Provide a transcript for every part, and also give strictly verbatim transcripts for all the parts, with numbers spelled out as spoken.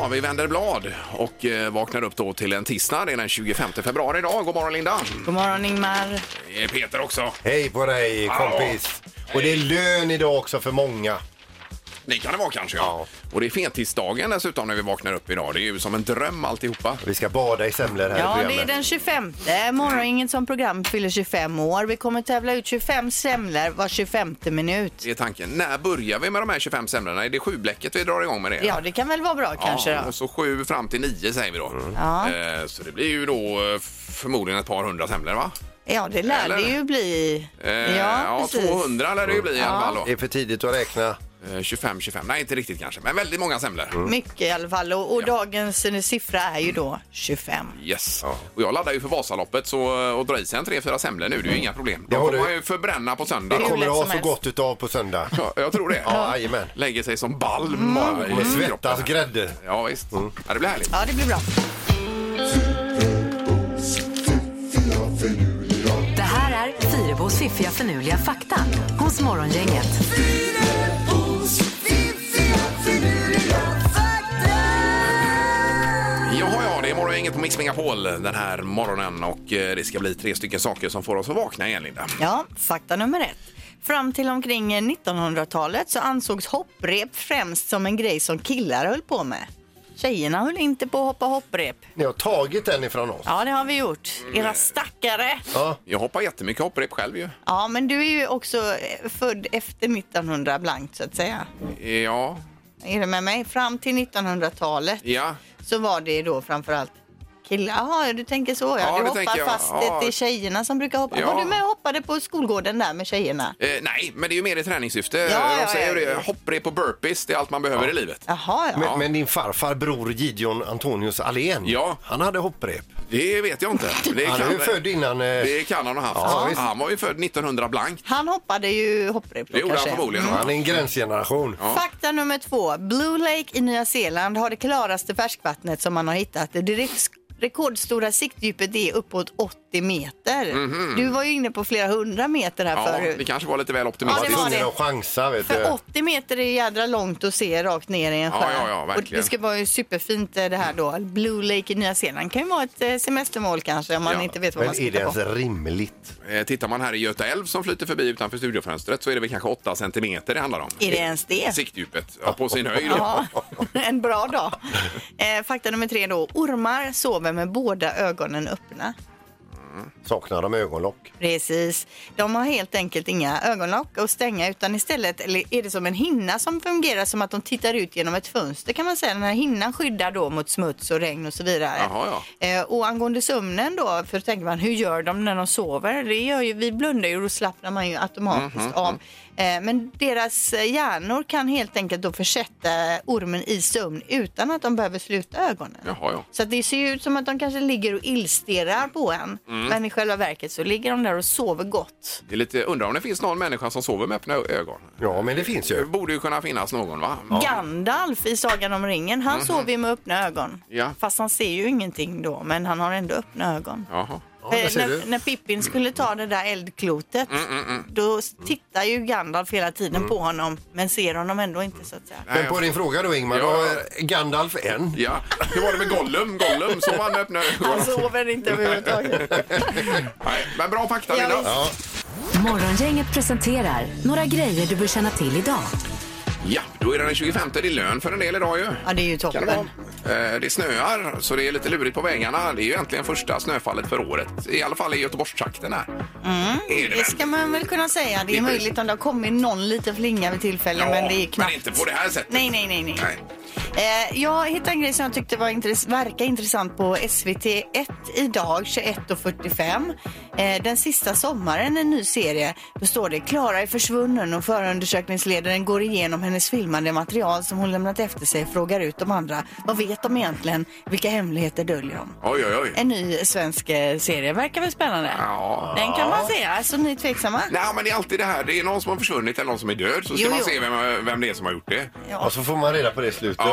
Ja, vi vänder blad och eh, vaknar upp då till en tisdag. Det är den tjugofemte februari idag. God morgon, Linda. God morgon, Ingmar. Det är Peter också. Hej på dig, kompis. Hej. Och det är lön idag också för många. Det kan det vara kanske, ja. Ja. Och det är fettisdagen dessutom när vi vaknar upp idag. Det är ju som en dröm alltihopa. Vi ska bada i semlor här i Ja, programmet. det är den tjugofemte. Morgongänget som program fyller tjugofem år. Vi kommer tävla ut tjugofem semlor var tjugofemte minut. Det är tanken. När börjar vi med de här tjugofem semlorna? Är det sjubläcket vi drar igång med det? Ja, det kan väl vara bra kanske Ja, då. och så sju fram till nio säger vi då. Ja. Eh, så det blir ju då eh, förmodligen ett par hundra semlor, va? Ja, det lär Eller? det ju bli. Eh, ja, precis. tvåhundra lär det ju bli i alla fall då. Det är för tidigt att räkna. tjugofem tjugofem, nej inte riktigt kanske, men väldigt många semlor. Mycket i alla fall. Och, och Ja. dagens eh, siffra är ju då tjugofem. Yes. Och jag laddar ju för Vasaloppet så och drar i sig en tre, fyra semlor nu, det är ju inga problem. Då Det har kommer du. man ju förbränna på söndag. Det Hur kommer lätt att ha som så helst. gott utav på söndag. Ja, jag tror det. Ja, jajamän. Lägger sig som balm bara i Med kroppen. svettas grädde. Ja, visst. Ja, det blir härligt. Ja, det blir bra. Det här är Fyrebos fiffiga förnuliga fakta hos Morgongänget. Jaha, ja, det är morgongänget på Mix Megapol den här morgonen och eh, det ska bli tre stycken saker som får oss att vakna igen, Linda. Ja, fakta nummer ett. Fram till omkring nittonhundratalet så ansågs hopprep främst som en grej som killar höll på med. Tjejerna höll inte på att hoppa hopprep. Ni har tagit den ifrån oss. Ja, det har vi gjort. Era stackare. Ja. Jag hoppar jättemycket hopprep själv ju. Ja, men du är ju också eh, född efter nittonhundra blankt så att säga. Ja, Är du med mig? Fram till nittonhundratalet ja. så var det då framförallt killar. Jaha, du tänker så. Ja, Ja, du det hoppar tänker jag. fast Ja. det är tjejerna som brukar hoppa. Ja. Var du med och hoppade på skolgården där med tjejerna? Eh, nej, men det är ju mer i träningssyfte. Ja, ja, De säger ja. det, hopprep och burpees, det är allt man behöver i livet. Jaha, ja. Men, men din farfar, bror Gideon Antonius Allén, Ja. han hade hopprep. Det vet jag inte. Det Han är ju född innan... Eh, Det kan han ha haft. Ja, visst. Han var ju född nittonhundra blankt. Han hoppade ju hopprep då Det gjorde han kanske. förmodligen. han är en gränsgeneration. Ja. Fakta nummer två. Blue Lake i Nya Zeeland har det klaraste färskvattnet som man har hittat. Det direkt rekordstora siktdjupet är uppåt åttio meter. Du var ju inne på flera hundra meter här Ja, förut. det kanske var lite väl Ja, optimistiskt. det var det. Tvungen att chansa, vet du. För åttio meter är jädra långt att se rakt ner i en Ja, sjö. ja, ja, och verkligen. det ska vara ju superfint eh, det här då. Blue Lake i Nya Zeeland kan ju vara ett eh, semestermål kanske om man Ja. inte vet vad Men man ska är det hitta ens på. rimligt? Eh, Tittar man här i Göta älv som flyter förbi utanför studiofönstret så är det väl kanske åtta centimeter det handlar om. Är det ens det? Siktdjupet, ja, på sin höjd. Ja, en bra dag. Eh, fakta nummer tre då. Ormar sover med båda ögonen öppna. Saknar de ögonlock? Precis. De har helt enkelt inga ögonlock att stänga utan istället eller är det som en hinna som fungerar som att de tittar ut genom ett fönster kan man säga. Den här hinnan skyddar då mot smuts och regn och så vidare. Jaha, ja. Eh, och angående sömnen då, för tänker man hur gör de när de sover? Det gör ju, vi blundar ju och då slappnar man ju automatiskt Mhm, av. Eh, men deras hjärnor kan helt enkelt då försätta ormen i sömn utan att de behöver sluta ögonen. Jaha, ja. Så att det ser ju ut som att de kanske ligger och illstirrar på en. Mm. Men i själva verket så ligger de där och sover gott. Det är lite, undrar om det finns någon människa som sover med öppna ögon. Ja, men det finns Det ju. borde ju kunna finnas någon, va? Gandalf i Sagan om ringen, han sover ju med öppna ögon. Mhm. Ja. Fast han ser ju ingenting då, men han har ändå öppna ögon. Jaha. Ja, där Eh, ser när, du. när Pippin skulle ta det där eldklotet, Mm, då tittar ju Gandalf hela tiden på honom, men ser honom ändå inte så att säga. Men på din fråga då, Ingmar, Ja. då är Gandalf en. Ja, hur var det med Gollum? Gollum som han med öppna ögon. Han sover inte överhuvudtaget. Nej, men bra fakta, Ja, Linda. visst. Morgongänget presenterar några grejer du bör känna till idag. Ja, då är det den tjugofemte. Det är lön för en del idag ju. Ja, det är ju Kan det toppen. vara? Eh, Det snöar, så det är lite lurigt på vägarna. Det är ju egentligen första snöfallet för året. I alla fall i Göteborgstrakten här. Mm, är det Det väl? ska man väl kunna säga. Det är Det är möjligt om det har kommit någon liten flinga vid tillfälle, Ja, men det är knappt. men inte på det här sättet. Nej, nej, nej, nej. Nej. Eh, jag hittade en grej som jag tyckte var intress- verkar intressant på S V T ett idag, tjugoett och fyrtiofem. Eh, den sista sommaren, en ny serie. Då står det: Klara är försvunnen och förundersökningsledaren går igenom hennes filmade material som hon lämnat efter sig och frågar ut de andra. Vad vet de egentligen? Vilka hemligheter döljer de? Oj, oj, oj. En ny svensk eh, serie. Verkar väl spännande? Ja. Den kan man se. Alltså, ni är tveksamma? Nej, men det är alltid det här. Det är någon som har försvunnit eller någon som är död. Så ska Jo, man jo. se vem, vem det är som har gjort det. Ja. Och så får man reda på det i slutet. Ja,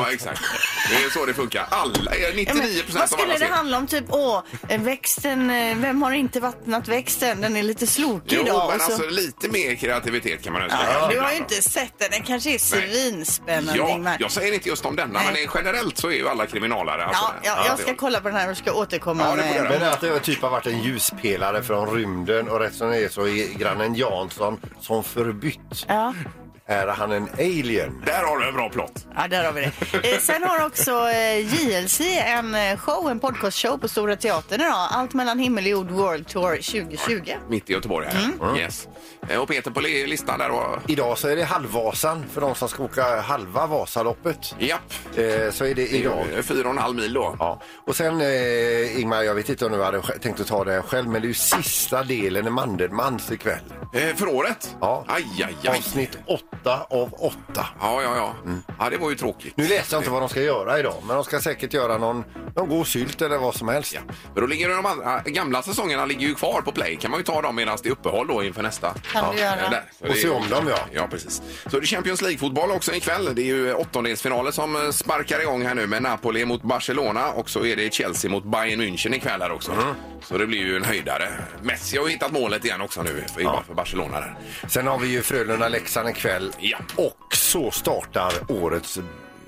Ja, exakt. Det är så det funkar. Alla, nittionio procent ja, vad av skulle alla det ser. handla om? Typ, åh, växten, vem har inte vattnat växten? Den är lite slokig Jo, idag. men och så... alltså lite mer kreativitet kan man önska. Ja, kanske du har ju ibland, inte sett den. Den kanske är svinspännande, Ja, Ingmar. jag säger inte just om denna, Nej. men generellt så är ju alla kriminalare. Alltså, Ja, ja, jag ska kolla på den här och ska återkomma Ja, det får med... du göra. Men att det typ har varit en ljuspelare från rymden och rätt som det är så är grannen Jansson som förbytt. Ja. Är han en alien? Där har du en bra plott. Ja, där har vi det. Eh, sen har också eh, J L C en eh, show, en podcastshow på Stora Teatern idag. Allt mellan himmel och jord World Tour tjugo tjugo. Mitt i Göteborg här. Mm. Yes. Eh, Och Peter på li- listan där då. Idag så är det halvvasan för de som ska åka halva Vasaloppet. Japp. Eh, så är det idag. Det är Fyra och en halv mil då. Ja. Och sen eh, Ingmar, jag vet inte om du hade sj- tänkt att ta det själv, men det är ju sista delen i Mandelmans ikväll. Eh, för året? Ja. Aj, aj, aj. Avsnitt åtta av åtta. Ja, ja, ja. Ja, det var ju tråkigt. Nu läser jag inte vad de ska göra idag, men de ska säkert göra någon, någon god sylt eller vad som helst. Ja. För då ligger de andra, gamla säsongerna ligger ju kvar på Play. Kan man ju ta dem medan det är uppehåll då inför nästa. Kan du göra? Eh, där. Så Och det- se om dem, ja. Ja, precis. Så är det Champions League-fotboll också ikväll. Det är ju åttondelsfinaler som eh, sparkar igång här nu med Napoli mot Barcelona. Och så är det Chelsea mot Bayern München ikväll här också. Så det blir ju en höjdare. Messi har ju hittat målet igen också nu för, ja. för Barcelona där. Sen har vi ju Frölunda-Leksand ikväll. Ja. Och så startar årets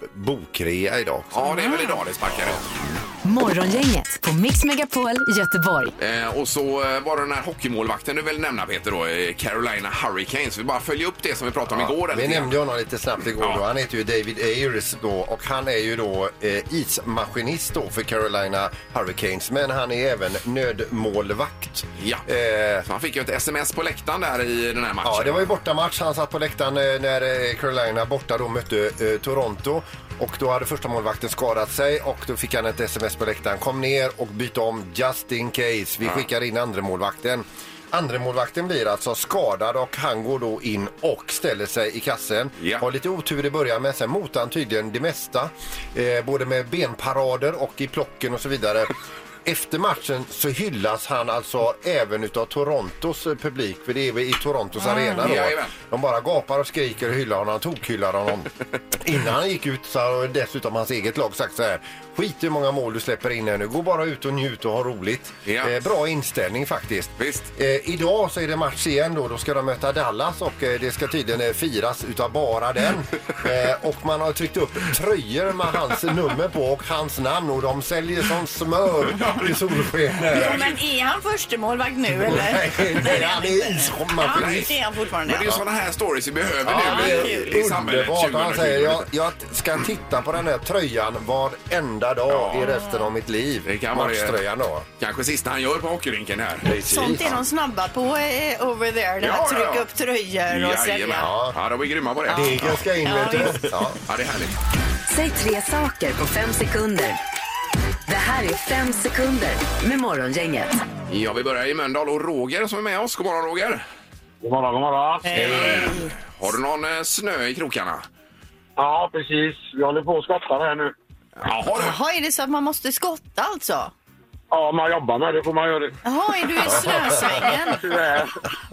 bokrea idag. Ja, det är väl idag det sparkar ut. Morgongänget på Mix Megapol Göteborg. Eh, och så eh, var det den här hockeymålvakten du vill nämna, Peter, då, eh, Carolina Hurricanes. Vi bara följer upp det som vi pratade om igår. Vi eller? nämnde honom lite snabbt igår. Ja. Då. Han heter ju David Ayers då, och han är ju då eh, ismaskinist då för Carolina Hurricanes, men han är även nödmålvakt. Ja, Eh, så han fick ju ett sms på läktaren där i den här matchen. Ja, det var ju bortamatch. Han satt på läktaren eh, när eh, Carolina borta då mötte eh, Toronto. Och då hade första målvakten skadat sig och då fick han ett sms på läktaren. Kom ner och byt om just in case. Vi skickar in andra målvakten. Andra målvakten blir alltså skadad och han går då in och ställer sig i kassen. Ja. Har lite otur i början, men sen motar han tydligen det mesta. Eh, både med benparader och i plocken och så vidare. Efter matchen så hyllas han alltså även utav Torontos eh, publik, för det är väl i Torontos arena då. Jajamän. De bara gapar och skriker och hyllar honom, tokhyllar honom. Innan han gick ut så har dessutom hans eget lag sagt så här: skit hur många mål du släpper in här nu, gå bara ut och njut och ha roligt. Ja. Eh, bra inställning faktiskt. Visst. Eh, idag så är det match igen då, då ska de möta Dallas och eh, det ska tydligen eh, firas utav bara den. Eh, och man har tryckt upp tröjor med hans nummer på och hans namn och de säljer som smör i solsken. Jo, men är han första målvakt nu eller? Nej, nej, han är Ja, ismaskinist. det är han fortfarande. Men det är ju Ja. sådana här stories vi behöver Ja, nu det i, i är samhället. underbart. Han säger, jag, tjugo jag ska titta på den här tröjan varenda dag Ja. i resten av mitt liv. Det kan vara det. Matchtröjan då. Kanske sista han gör på hockeyrinken här. Sånt är de snabba på eh, over there. Det här Ja, ja, trycka ja. upp tröjor och Jajamän. sälja. Ja. ja, de är grymma på det. Degen ska in, Ja, vet du. visst. Ja. Ja, det är härligt. Säg tre saker på fem sekunder. Det här är fem sekunder med Morgongänget. Ja, vi börjar i Mölndal och Roger som är med oss. God morgon, Roger. God morgon, god morgon. Har du någon eh, snö i krokarna? Ja, precis. Vi håller på att skotta här nu. Ja, har du? Jaha, är det så att man måste skotta alltså? Ja, man jobbar med det får man göra. Jaha, är du i snösvängen? Tyvärr.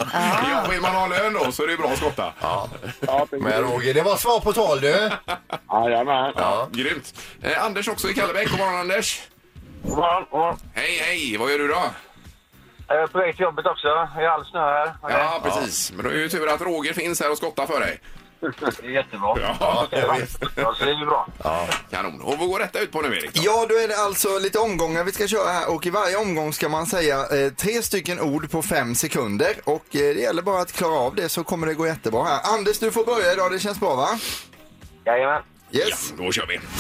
Ja, vill man ha lön då så är det bra att skotta. Ja, precis. Men Roger, det var svar på tal du. Jajamän. Ja, grymt. Eh, Anders också i Kallebäck. God morgon, Anders. God morgon, god morgon. Hej, hej. Vad gör du då? Jag är på väg till jobbet också. Det är all snö här. Ja, precis. Men då är det ju tur att Roger finns här och skottar för dig. Det är jättebra. Ja, Ja, visst. Ja, så det är ju bra. kanon. Och vad går detta ut på nu, Erik? Då? Ja, då är det alltså lite omgångar vi ska köra här och i varje omgång ska man säga eh, tre stycken ord på fem sekunder och eh, det gäller bara att klara av det så kommer det gå jättebra här. Anders, du får börja idag, det känns bra va? Jajamän. Yes. Ja, då kör vi.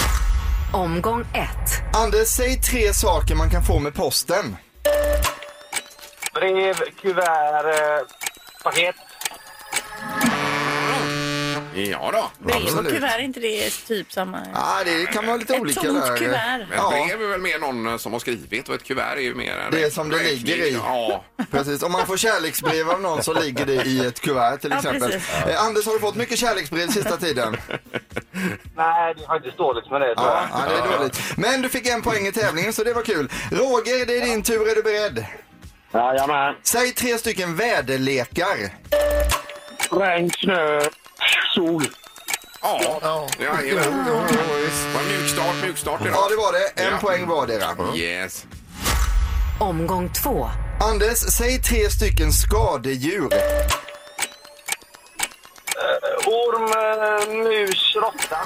Omgång ett. Anders, säg tre saker man kan få med posten. Brev, kuvert, eh, paket. Ja då. Brev och Absolut. kuvert, är inte det typ samma? Ja, det kan vara lite Ett olika tomt där. kuvert. Men Ja. brev är väl mer någon som har skrivit och ett kuvert är ju mer en Det är räk- som det räkning. ligger i. Ja. Precis, om man får kärleksbrev av någon så ligger det i ett kuvert till Ja, exempel. precis. Eh, Anders, har du fått mycket kärleksbrev sista tiden? Nej, det är faktiskt dåligt med det. tror Ja, jag. ja, det är dåligt. Men du fick en poäng i tävlingen så det var kul. Roger, det är din tur, är du beredd? Jajamän. Säg tre stycken väderlekar. Regn, snö, sol. Ja, ja. ja, ja. Var mjukstart, mjukstart idag. Ja, det var det. En Ja. poäng vardera. Yes. Omgång två. Anders, säg tre stycken skadedjur. Orm, eh, mus, råtta.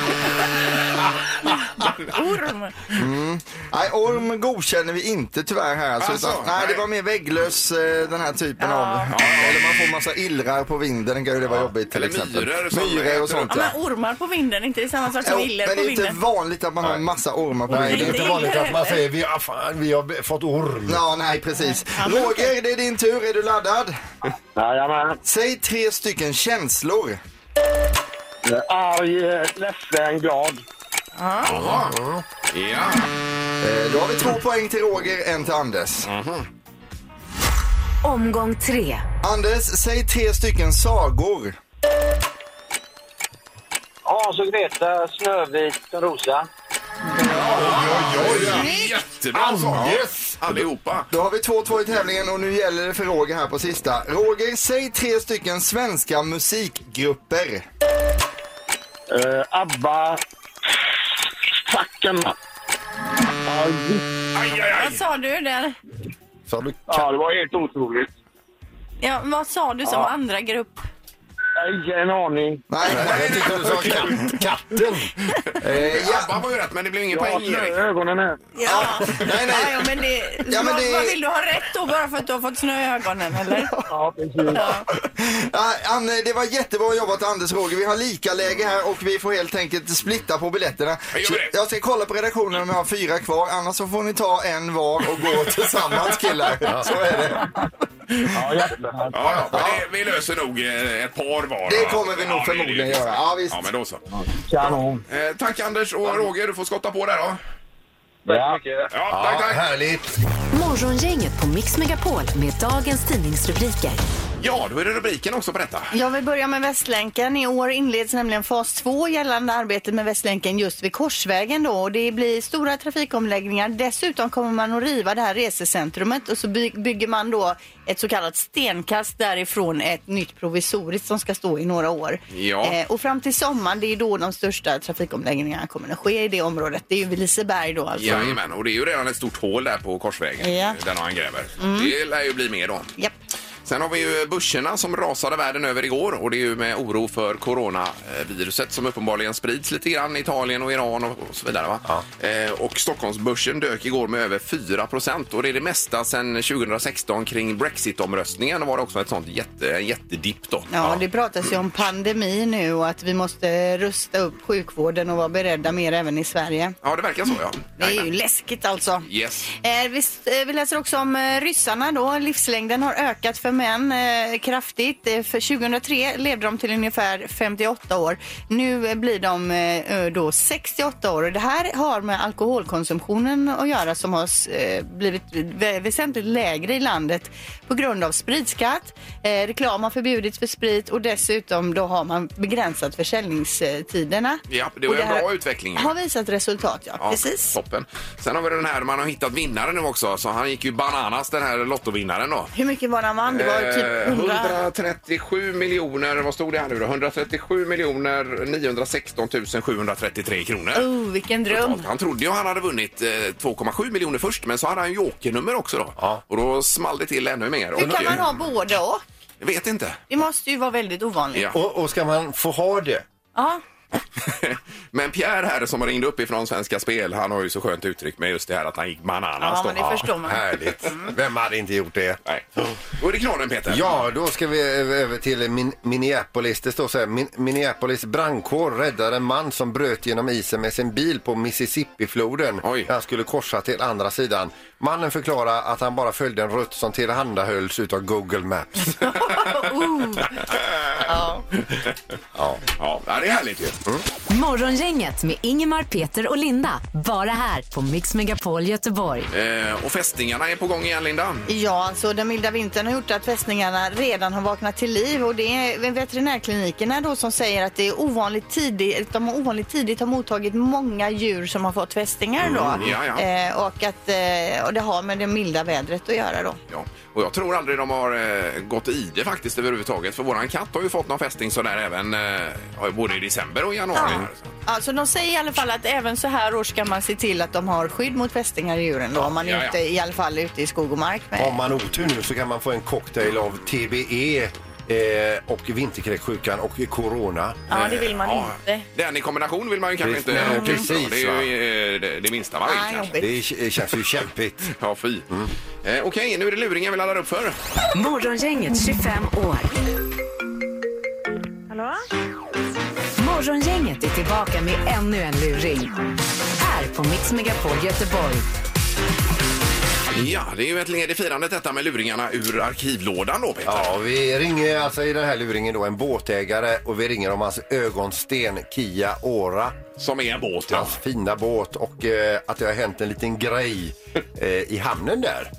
Orm. Nej, orm godkänner vi inte tyvärr här. Alltså, Alltså, utan, nej, nej. det var mer vägglöss, eh, den här typen av... Eller man får massa illrar på vinden, kan ju det vara jobbigt till Eller exempel. myror som Myror äter och sånt, Ja, ja. men ormar på vinden, inte det samma sak som Jo, iller men på det är inte vinden? vanligt att man har en massa ormar på Nej, det är vinden. inte vanligt att man säger vi har, fan, vi har fått orm. Ja, nej, precis. Roger, det är din tur. Är du laddad? Jajamän. Säg tre stycken känslor. Arg, ledsen, glad. Ja. Eh, Då har vi två poäng till Roger, en till Anders. Omgång tre. Anders, säg tre stycken sagor. Hans och Greta, Snövit, Rosa. Jättebra svar. Yes. Allihopa. Då har vi två två i tävlingen och nu gäller det för Roger här på sista. Roger, säg tre stycken svenska musikgrupper. Uh, Abba. Tacken. Aj, aj, aj. Vad sa du där? Sa du Ja, det var helt otroligt. Ja, vad sa du som andra grupp? Ingen aning. Nej, jag tyckte du sa katt, katten. eh, ja. Abba var ju rätt, men det blev ingen Jag har poäng, snö i Erik. ögonen här. Ja, nej, nej. Ja, ja, men det, Ja, men vad, det- vad vill du ha rätt då bara för att du har fått snö i ögonen, eller? Ja, precis. Ja, Anne, det var jättebra jobbat Anders, Roger. Vi har lika läge här och vi får helt enkelt splitta på biljetterna. Jag gör Så det. jag ska kolla på redaktionen om jag har fyra kvar. Annars så får ni ta en var och gå tillsammans, killar. Så är det. Ja, jättebra. Ja, ja, men det, vi löser nog eh, ett par var. Det va? kommer vi nog Ja, det är det. förmodligen göra. Ja, visst. Ja, men då så. Kanon. Eh, tack Anders och Roger, du får skotta på där då. Ja. Ja, Ja, tack, tack. härligt. Morgongänget på Mix Megapol med dagens tidningsrubriker. Ja, då är det rubriken också på detta. Jag vill börja med Västlänken. I år inleds nämligen fas två gällande arbetet med Västlänken just vid Korsvägen då. Och det blir stora trafikomläggningar. Dessutom kommer man att riva det här resecentrumet och så by- bygger man då ett så kallat stenkast därifrån ett nytt provisoriskt som ska stå i några år. Ja. Eh, och fram till sommaren, det är då de största trafikomläggningarna kommer att ske i det området. Det är ju vid Liseberg då alltså. Jajamän, och det är ju redan ett stort hål där på Korsvägen. Ja. Den han gräver. Det lär ju bli mer då. Japp. Sen har vi ju börserna som rasade världen över igår och det är ju med oro för coronaviruset som uppenbarligen sprids lite grann i Italien och Iran och så vidare. Va? Ja. Eh, och Stockholmsbörsen dök igår med över fyra procent och det är det mesta sedan tjugohundrasexton kring Brexit-omröstningen. Det var också ett sånt jätte, en jättedipp då. Ja, det pratas ju om pandemi nu och att vi måste rusta upp sjukvården och vara beredda mer även i Sverige. Ja, det verkar så, ja. Det är ju Jajamän. läskigt alltså. Yes. Eh, vi, eh, vi läser också om eh, ryssarna då. Livslängden har ökat för män eh, kraftigt. Eh, för tjugohundratre levde de till ungefär femtioåtta år. Nu eh, blir de eh, då sextioåtta år. Och det här har med alkoholkonsumtionen att göra som har eh, blivit vä- väsentligt lägre i landet på grund av spritskatt. Eh, reklam har förbjudits för sprit och dessutom då har man begränsat försäljningstiderna. Ja, det var Och en bra utveckling. Har visat resultat, ja. Ja, Precis. toppen. Sen har vi den här, man har hittat vinnaren nu också. Så han gick ju bananas, den här lottovinnaren då. Hur mycket var det han vann? Det var typ Eh, hundra... hundratrettiosju miljoner, vad stod det här nu då? hundratrettiosju miljoner niohundrasexton tusen sjuhundratrettiotre kronor. Oh, vilken dröm. Han trodde ju han hade vunnit eh, två komma sju miljoner först, men så hade han jokernummer också då. Ja. Och då small det till ännu mer. Hur kan man ha båda och? Jag vet inte. Det måste ju vara väldigt ovanligt. Ja. Och, och ska man få ha det? Ja. Men Pierre här som ringde upp ifrån Svenska Spel, han har ju så skönt uttryck med just det här att han gick bananas Ja, då. men det förstår man. Härligt. Vem hade inte gjort det? Nej. Då är det knorren, Peter. Ja, då ska vi över till Min- Minneapolis. Det står så här: Min- Minneapolis brandkår räddar en man som bröt genom isen med sin bil på Mississippi-floden. Oj. Han skulle korsa till andra sidan. Mannen förklarar att han bara följde en rutt som tillhandahölls utav Google Maps. uh. Ja. Ja. Ja, det är härligt ju. Morgongänget med Ingemar, Peter och Linda. Bara här på Mix Megapol Göteborg. Eh, och fästingarna är på gång igen, Linda. Ja, alltså den milda vintern har gjort att fästningarna redan har vaknat till liv och det är veterinärklinikerna då som säger att det är ovanligt tidigt, de har ovanligt tidigt har mottagit många djur som har fått fästingar då. Mm, ja, ja. Eh, och att eh, och det har med det milda vädret att göra då. Ja. Och jag tror aldrig de har eh, gått i det faktiskt överhuvudtaget. För våran katt har ju fått fått någon fästing sådär även eh, både i december och januari. Ja. Alltså de säger i alla fall att även så här år ska man se till att de har skydd mot fästingar i djuren då, om man är ja, ja. ute, i alla fall ute i skog och mark. Med. Har man otur nu så kan man få en cocktail av T B E eh, och vinterkräksjukan och corona. Ja, det vill man Ja, inte. Den i kombination vill man ju kanske Precis, inte nej, åka ut på. precis, Det är ju eh, det, det minsta man vill Nej, kanske. jobbigt. Det känns ju kämpigt. Ja, fy. Eh, Okej, nu är det luringen vi laddar upp för. Morgongänget tjugofem år. Hallå? Morgongänget är tillbaka med ännu en luring. Här på Mix Megapol Göteborg. Ja, det är ju ett led i firandet detta med luringarna ur arkivlådan då, Peter. Ja, vi ringer alltså i den här luringen då en båtägare och vi ringer om hans ögonsten Kia Ora. Som är en båt, ja. Hans fina båt och eh, att det har hänt en liten grej eh, i hamnen där.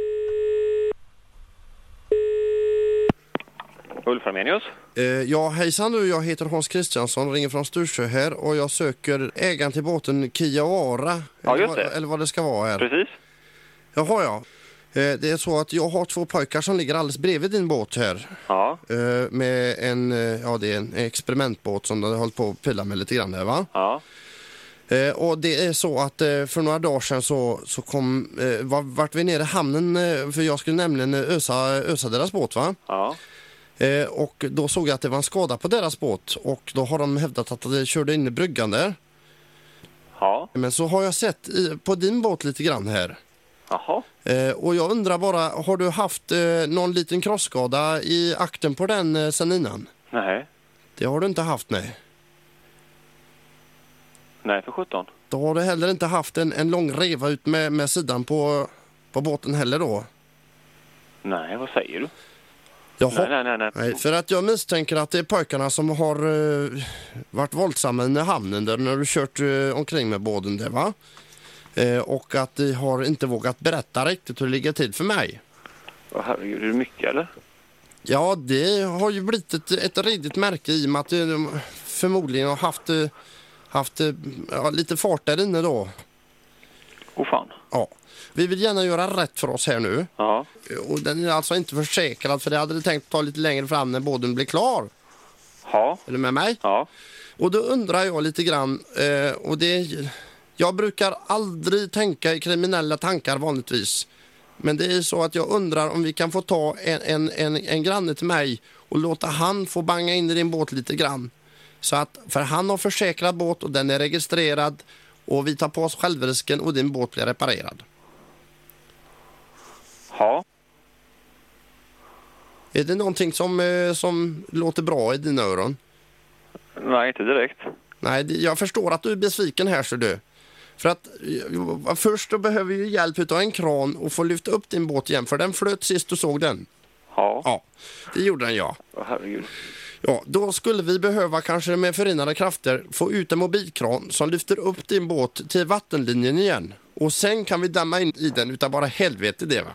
Ulf Armenius. Eh, ja, hejsan du. Jag heter Hans Kristiansson, ringer från Stursö här och jag söker ägaren till båten Kia Ora. Ja, eller, just det. vad, eller vad det ska vara här. Precis. Jaha, ja. Eh, det är så att jag har två pojkar som ligger alldeles bredvid din båt här. Ja. Eh, med en, eh, ja det är en experimentbåt som de har hållit på att pilla med lite grann här, va? Ja. Eh, och det är så att eh, för några dagar sedan så, så kom, eh, var, vart vi nere i hamnen eh, för jag skulle nämligen ösa, ösa deras båt, va? Ja. Eh, och då såg jag att det var en skada på deras båt och då har de hävdat att de körde in i bryggan där. Ja. Men så har jag sett i, på din båt lite grann här. Jaha. Eh, och jag undrar bara, har du haft eh, någon liten krossskada i akten på den eh, sen innan? Nej. Det har du inte haft, nej. Nej, för sjutton. Då har du heller inte haft en, en lång reva ut med, med sidan på, på båten heller då? Nej, vad säger du? Jaha. Nej, nej, nej, nej. Nej, för att jag misstänker att det är pojkarna som har uh, varit våldsamma i hamnen där när du kört uh, omkring med båden där, va? Uh, och att de har inte vågat berätta riktigt hur det ligger till för mig. Åh, herregud, är det mycket eller? Ja, det har ju blivit ett, ett redigt märke i och med att de förmodligen har haft, uh, haft uh, ja, lite fart där inne då. Åh fan. Ja. Vi vill gärna göra rätt för oss här nu. Ja. Och den är alltså inte försäkrad för det hade det tänkt ta lite längre fram när båden blir klar. Ja. Är du med mig? Ja. Och då undrar jag lite grann, eh, och det, jag brukar aldrig tänka i kriminella tankar vanligtvis. Men det är så att jag undrar om vi kan få ta en, en, en, en granne till mig och låta han få banga in i din båt lite grann. Så att, för han har försäkrad båt och den är registrerad och vi tar på oss självrisken och din båt blir reparerad. Ja. Är det någonting som, eh, som låter bra i dina öron? Nej, inte direkt. Nej, det, jag förstår att du är besviken här, så du. För att eh, först då behöver vi hjälp utav en kran och få lyfta upp din båt igen. För den flöt sist du såg den. Ja. Ja, det gjorde den, ja. Åh, herregud. Ja, då skulle vi behöva kanske med förenade krafter få ut en mobilkran som lyfter upp din båt till vattenlinjen igen. Och sen kan vi damma in i den utan bara helvete det, va?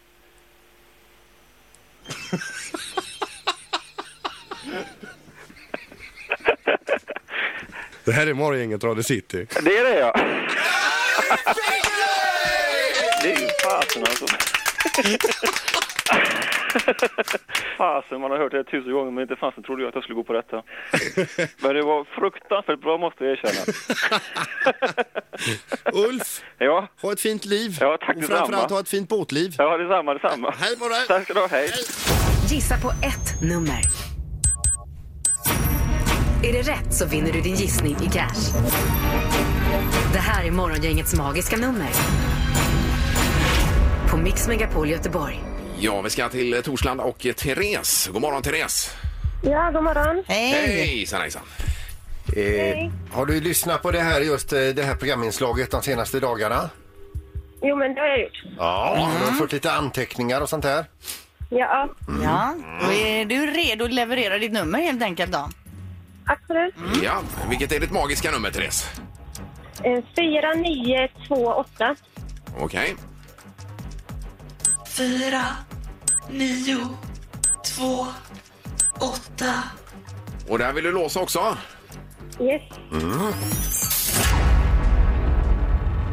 Det här är morgongänget Radio City. Det är det, ja. Det är ju fasen alltså. Fasen, man har hört det tusen gånger men inte fasen trodde jag att jag skulle gå på detta. Men det var fruktansvärt bra, måste jag erkänna. Ulf, Ja, ha ett fint liv. Ja, tack och detsamma. framförallt ha ett fint båtliv. ja detsamma, detsamma. Hej på dig. Tack ska du ha, hej. Gissa på ett nummer. Är det rätt så vinner du din gissning i cash. Det här är morgongängets magiska nummer. På Mix Megapol Göteborg. Ja, vi ska till Torslanda och Therese. God morgon, Therese. Ja, god morgon. Hej! Hejsan, hejsan. Eh, har du lyssnat på det här, just eh, det här programinslaget de senaste dagarna? Jo, men det har jag gjort. Ja. Du har fått lite anteckningar och sånt här. Ja, Ja, då är du redo att leverera ditt nummer helt enkelt då? absolut. Ja, vilket är ditt magiska nummer, Therese? Eh, fyra nio två åtta. Okej. Fyra, nio, två, åtta. Och där vill du låsa också? Yes.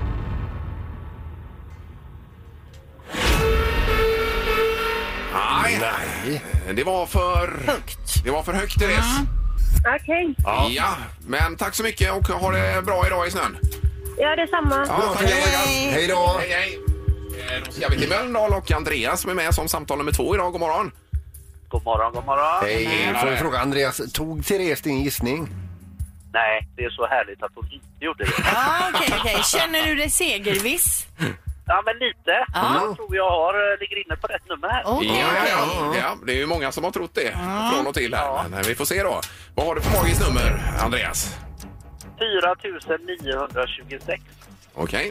Nej, Nej. Det var för Högt. Det var för högt, Therese. Okej. Ja. ja, men tack så mycket och ha det bra idag i snön. Ja, detsamma. Ja, tack. Hej. Hej då. Hej, hej. Eh, Då ska vi till Mölndal och Andreas som är med som samtal nummer två idag. God morgon. God morgon, god morgon. Hej, får jag fråga Andreas, tog Therese din gissning? Nej, det är så härligt att hon inte gjorde det. Ja, okej, okej. Känner du dig segerviss? Ja, men lite. Ja. Jag tror jag har, ligger inne på rätt nummer här. Okej, Ja, okej. ja, ja, det är ju många som har trott det från och till här. Men vi får se då. Vad har du för magiskt nummer, Andreas? fyra tusen niohundratjugosex. Okej.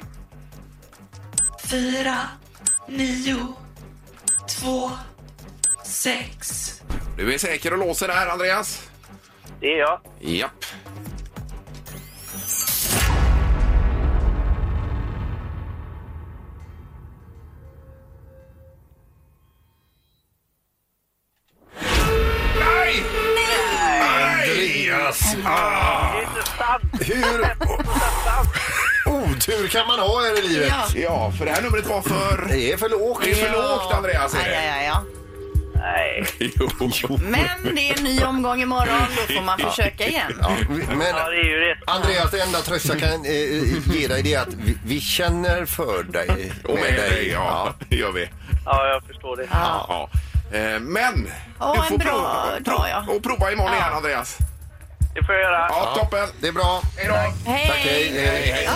fyra, nio, två, sex. Du är säker och låser där, Andreas? Det är jag. Japp. Nej! Andreas! Ah. Det är inte sant. Hur otur kan man ha här i livet? Ja. Ja, för det här numret var för... Det är för lågt. Det är för lågt, Andreas. Är Ja, ja, det? ja, ja. Nej. Jo. Men det är en ny omgång imorgon. Då får man försöka igen. Men Ja, det är ju det. Andreas, det enda tröst jag kan eh, ge dig det är att vi, vi känner för dig. Och med dig, ja. Det gör vi. Ja, jag förstår det. Ja. Ja. Eh, Men Ja, du en får bra prova, dag, ja. och prova imorgon Ja. igen, Andreas. Det får jag göra. Ja, toppen. Det är bra. Hej då. Hej! Tack, hej, hej, hej.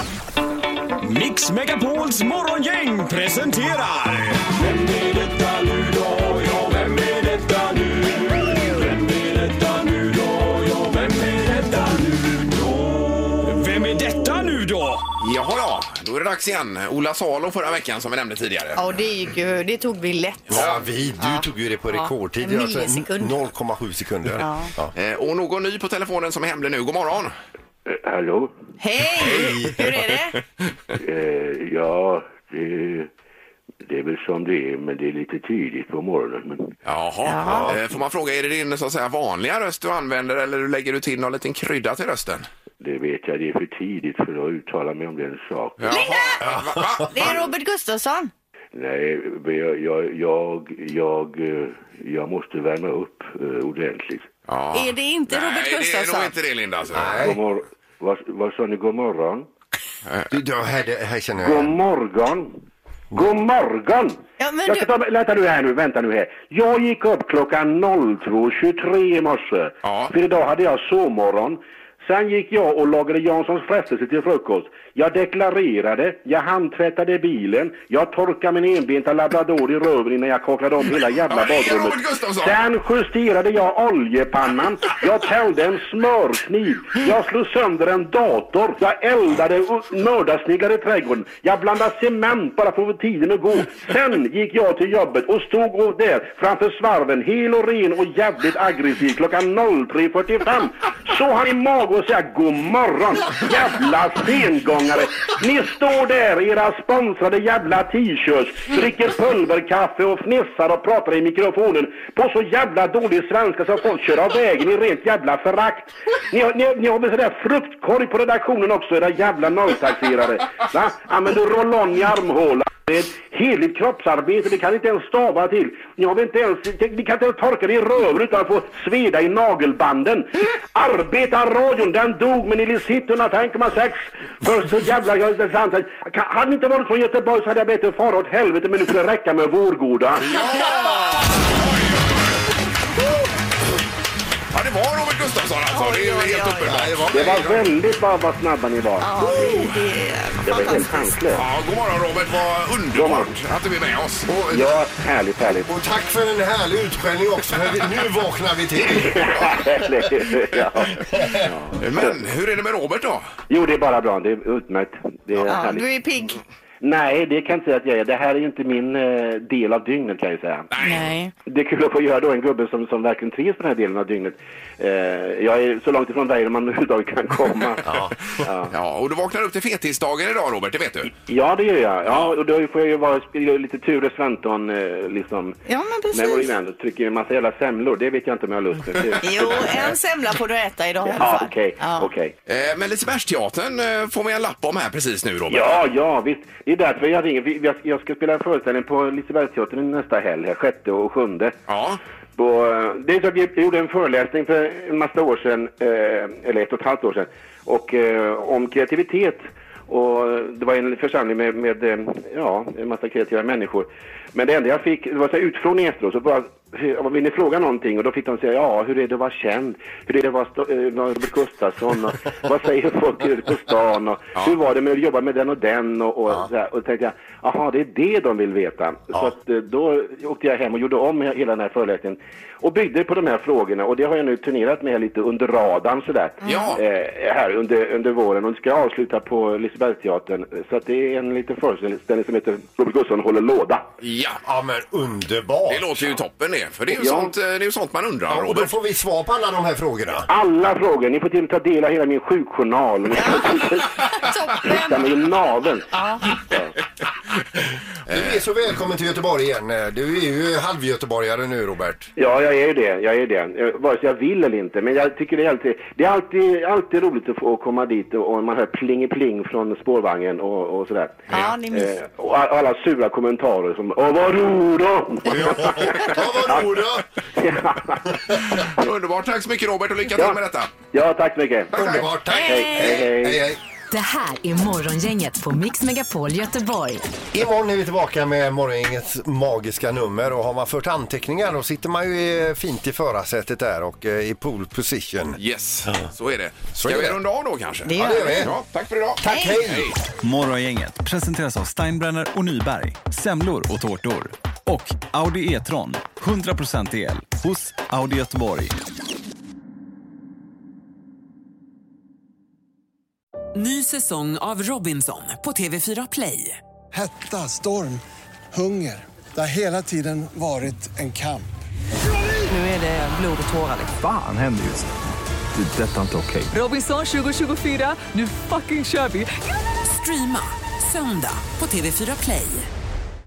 Mix Megapols morgongäng presenterar... Vem är detta nu då? Ja, vem är detta nu? Vem är detta nu då? Ja, vem är detta nu då? Vem är detta nu då? Jaha, ja. Då är det dags igen. Ola Salo förra veckan som vi nämnde tidigare. Ja, och det gick ju, det tog vi lätt. Ja, vi, du Ja. tog ju det på Ja, rekordtid. en Alltså, millisekund. noll komma sju sekunder. Ja. Ja. Eh, Och någon ny på telefonen som är hemlig nu. God morgon. Hallå? Hej! Hur är det? Eh, ja, det, det är väl som det är, men det är lite tidigt på morgonen. Men... Jaha. Jaha. Eh, Får man fråga, är det din så att säga vanliga röst du använder eller lägger du till någon liten krydda till rösten? Det vet jag, det är för tidigt för att uttala mig om den sak. Jaha. Linda! Va, va? Det är Robert Gustafsson. Nej, men jag, jag, jag, jag, eh, jag måste värma upp eh, ordentligt. Ja. Är det inte Robert Nej, det är Gustafsson? nog inte det, Linda. Alltså. God mor- vad, vad sa ni, god morgon? Du, du, här, det- här känner God jag. morgon! God morgon! Ja, men Jag du... ska ta, vänta nu här nu, vänta nu här. Jag gick upp klockan två tjugotre i morse. Ja. För idag hade jag sovmorgon. Sen gick jag och lagade Janssons frestelse till frukost. Jag deklarerade, jag handtvättade bilen, jag torkade min enbenta labrador i röven innan jag kaklade om hela jävla Ja, det är badrummet. Robert Gustafsson. Sen justerade jag oljepannan, jag tällde en smörkniv, jag slog sönder en dator, jag eldade mördarsniggar i trädgården, jag blandade cement bara för att få tiden att gå. Sen gick jag till jobbet och stod och där framför svarven, hel och ren och jävligt aggressiv klockan tre fyrtiofem. Så han i mag och säga god morgon, jävla sengångare. Ni står där i era sponsrade jävla t-shirts, dricker pulverkaffe och fnissar och pratar i mikrofonen på så jävla dålig svenska så folk kör av vägen i rent jävla förakt. Ni har, ni, ni har väl sådär fruktkorg på redaktionen också, era jävla nolltaxerare. Va? Använder roll-on i armhålan. Det är ett heligt kroppsarbete, det kan inte ens stava till. Ni har väl inte ens, ni kan inte ens torka det i röven utan att få sveda i nagelbanden. Arbetarradion, den dog med Nilisittorna, tänker man sex. För så jävla, jag är sant. Hade ni inte varit från Göteborg så hade jag bett fara åt helvete, men nu skulle det räcka med Vårgårda. Ja, det var Robert Gustafsson alltså. Det är ju helt uppenbart. Det var väldigt vad, vad snabba ni var. Ja, det, det är Det var helt fantastiskt. sanslöst. Ja, god morgon Robert. Vad underbart att du är med oss. Och, Ja, härligt, härligt. och tack för en härlig utskällning också. För vi, nu vaknar vi till. Ja. Men hur är det med Robert då? Jo, det är bara bra. Det är utmärkt. Det är Ja, härligt. du är pigg. Nej, det kan jag inte säga att jag är. Det här är ju inte min eh, del av dygnet, kan jag säga. Nej. Det är kul att få göra då en gubbe som, som verkligen trivs på den här delen av dygnet. Eh, jag är så långt ifrån dig man överhuvudtaget kan komma. Ja. Ja. Ja, och du vaknar upp till fettisdagen idag Robert, det vet du. Ja, det gör jag. Ja, och då får jag ju vara spela lite Ture Sventon eh, liksom. Ja, men Med vår precis. vän och trycker en massa jävla semlor. Det vet jag inte om jag har lust med. Jo, en semla får du äta idag i alla Ja, fall. okej. Ja. okej. Eh, men Lisebergsteatern eh, får vi en lapp om här precis nu Robert. Ja, ja, visst. Det är därför jag ringer. Vi- vi- Jag ska spela en föreställning på Lisebergsteatern nästa helg, här, sjätte och sjunde. Ja. På, det är så att jag gjorde en föreläsning för en massa år sedan, eh, eller ett och ett halvt år sedan, och eh, om kreativitet. Och det var en församling med, med eh, ja, en massa kreativa människor. Men det enda jag fick, det var så här utfrågning efteråt, så bara, hur, vill ni fråga någonting? Och då fick de säga, ja, hur är det att vara känd? Hur är det att vara Sto- eh, Robert Gustafsson? Och vad säger folk ute på stan? Och Ja. hur var det med att jobba med den och den? Och, och, Ja. så här, och tänkte jag, jaha, det är det de vill veta. Så att, eh, då åkte jag hem och gjorde om hela den här föreläsningen. Och byggde på de här frågorna. Och det har jag nu turnerat med lite under radarn sådär. Ja. Eh, här under, under våren. Och ska avsluta på Lisebergsteatern. Så att det är en liten föreställning som heter Robert Gustafsson håller låda. Ja. Ja, men underbart. Det låter ju toppen det. För det är ju, Ja. sånt, eh, det är ju sånt man undrar, Ja, och då Robert. får vi svar på alla de här frågorna. Alla frågor. Ni får till och med ta del av hela min sjukjournal. Ni får hitta mig i naveln. Du är så välkommen till Göteborg igen. Du är ju halvgöteborgare nu, Robert. Ja, jag är ju det. Jag är det. Eh, Vare sig jag vill eller inte. Men jag tycker det är alltid, det är alltid, alltid roligt att få komma dit och, och man hör pling-pling från spårvagnen och, och sådär. Ja, ni miss... Eh, och all- alla sura kommentarer som åh vad roligt! Ja, vad roligt. Underbart. Tack så mycket, Robert, och lycka till Ja. med detta. Ja, tack så mycket. Underbart, tack. Hej, hej, hej. Hej, hej. Det här är Morgongänget på Mix Megapol Göteborg. Imorgon är vi tillbaka med morgongängets magiska nummer, och har man fört anteckningar då sitter man ju eh, fint i förarsätet där och eh, i pole position. Yes, så är det. Ska är vi det. runda av då kanske? Det Ja, det gör vi. Ja, tack för idag. Tack, hej! Hej. Morgongänget presenteras av Steinbrenner och Nyberg, semlor och tårtor. Och Audi E-tron, hundra procent el hos Audi Göteborg. Ny säsong av Robinson på T V fyra Play. Hetta, storm, hunger. Det har hela tiden varit en kamp. Nu är det blod och tårar. Fan händer just det. Det är detta inte okej. Robinson tjugo tjugofyra, nu fucking kör vi! Streama söndag på T V fyra Play.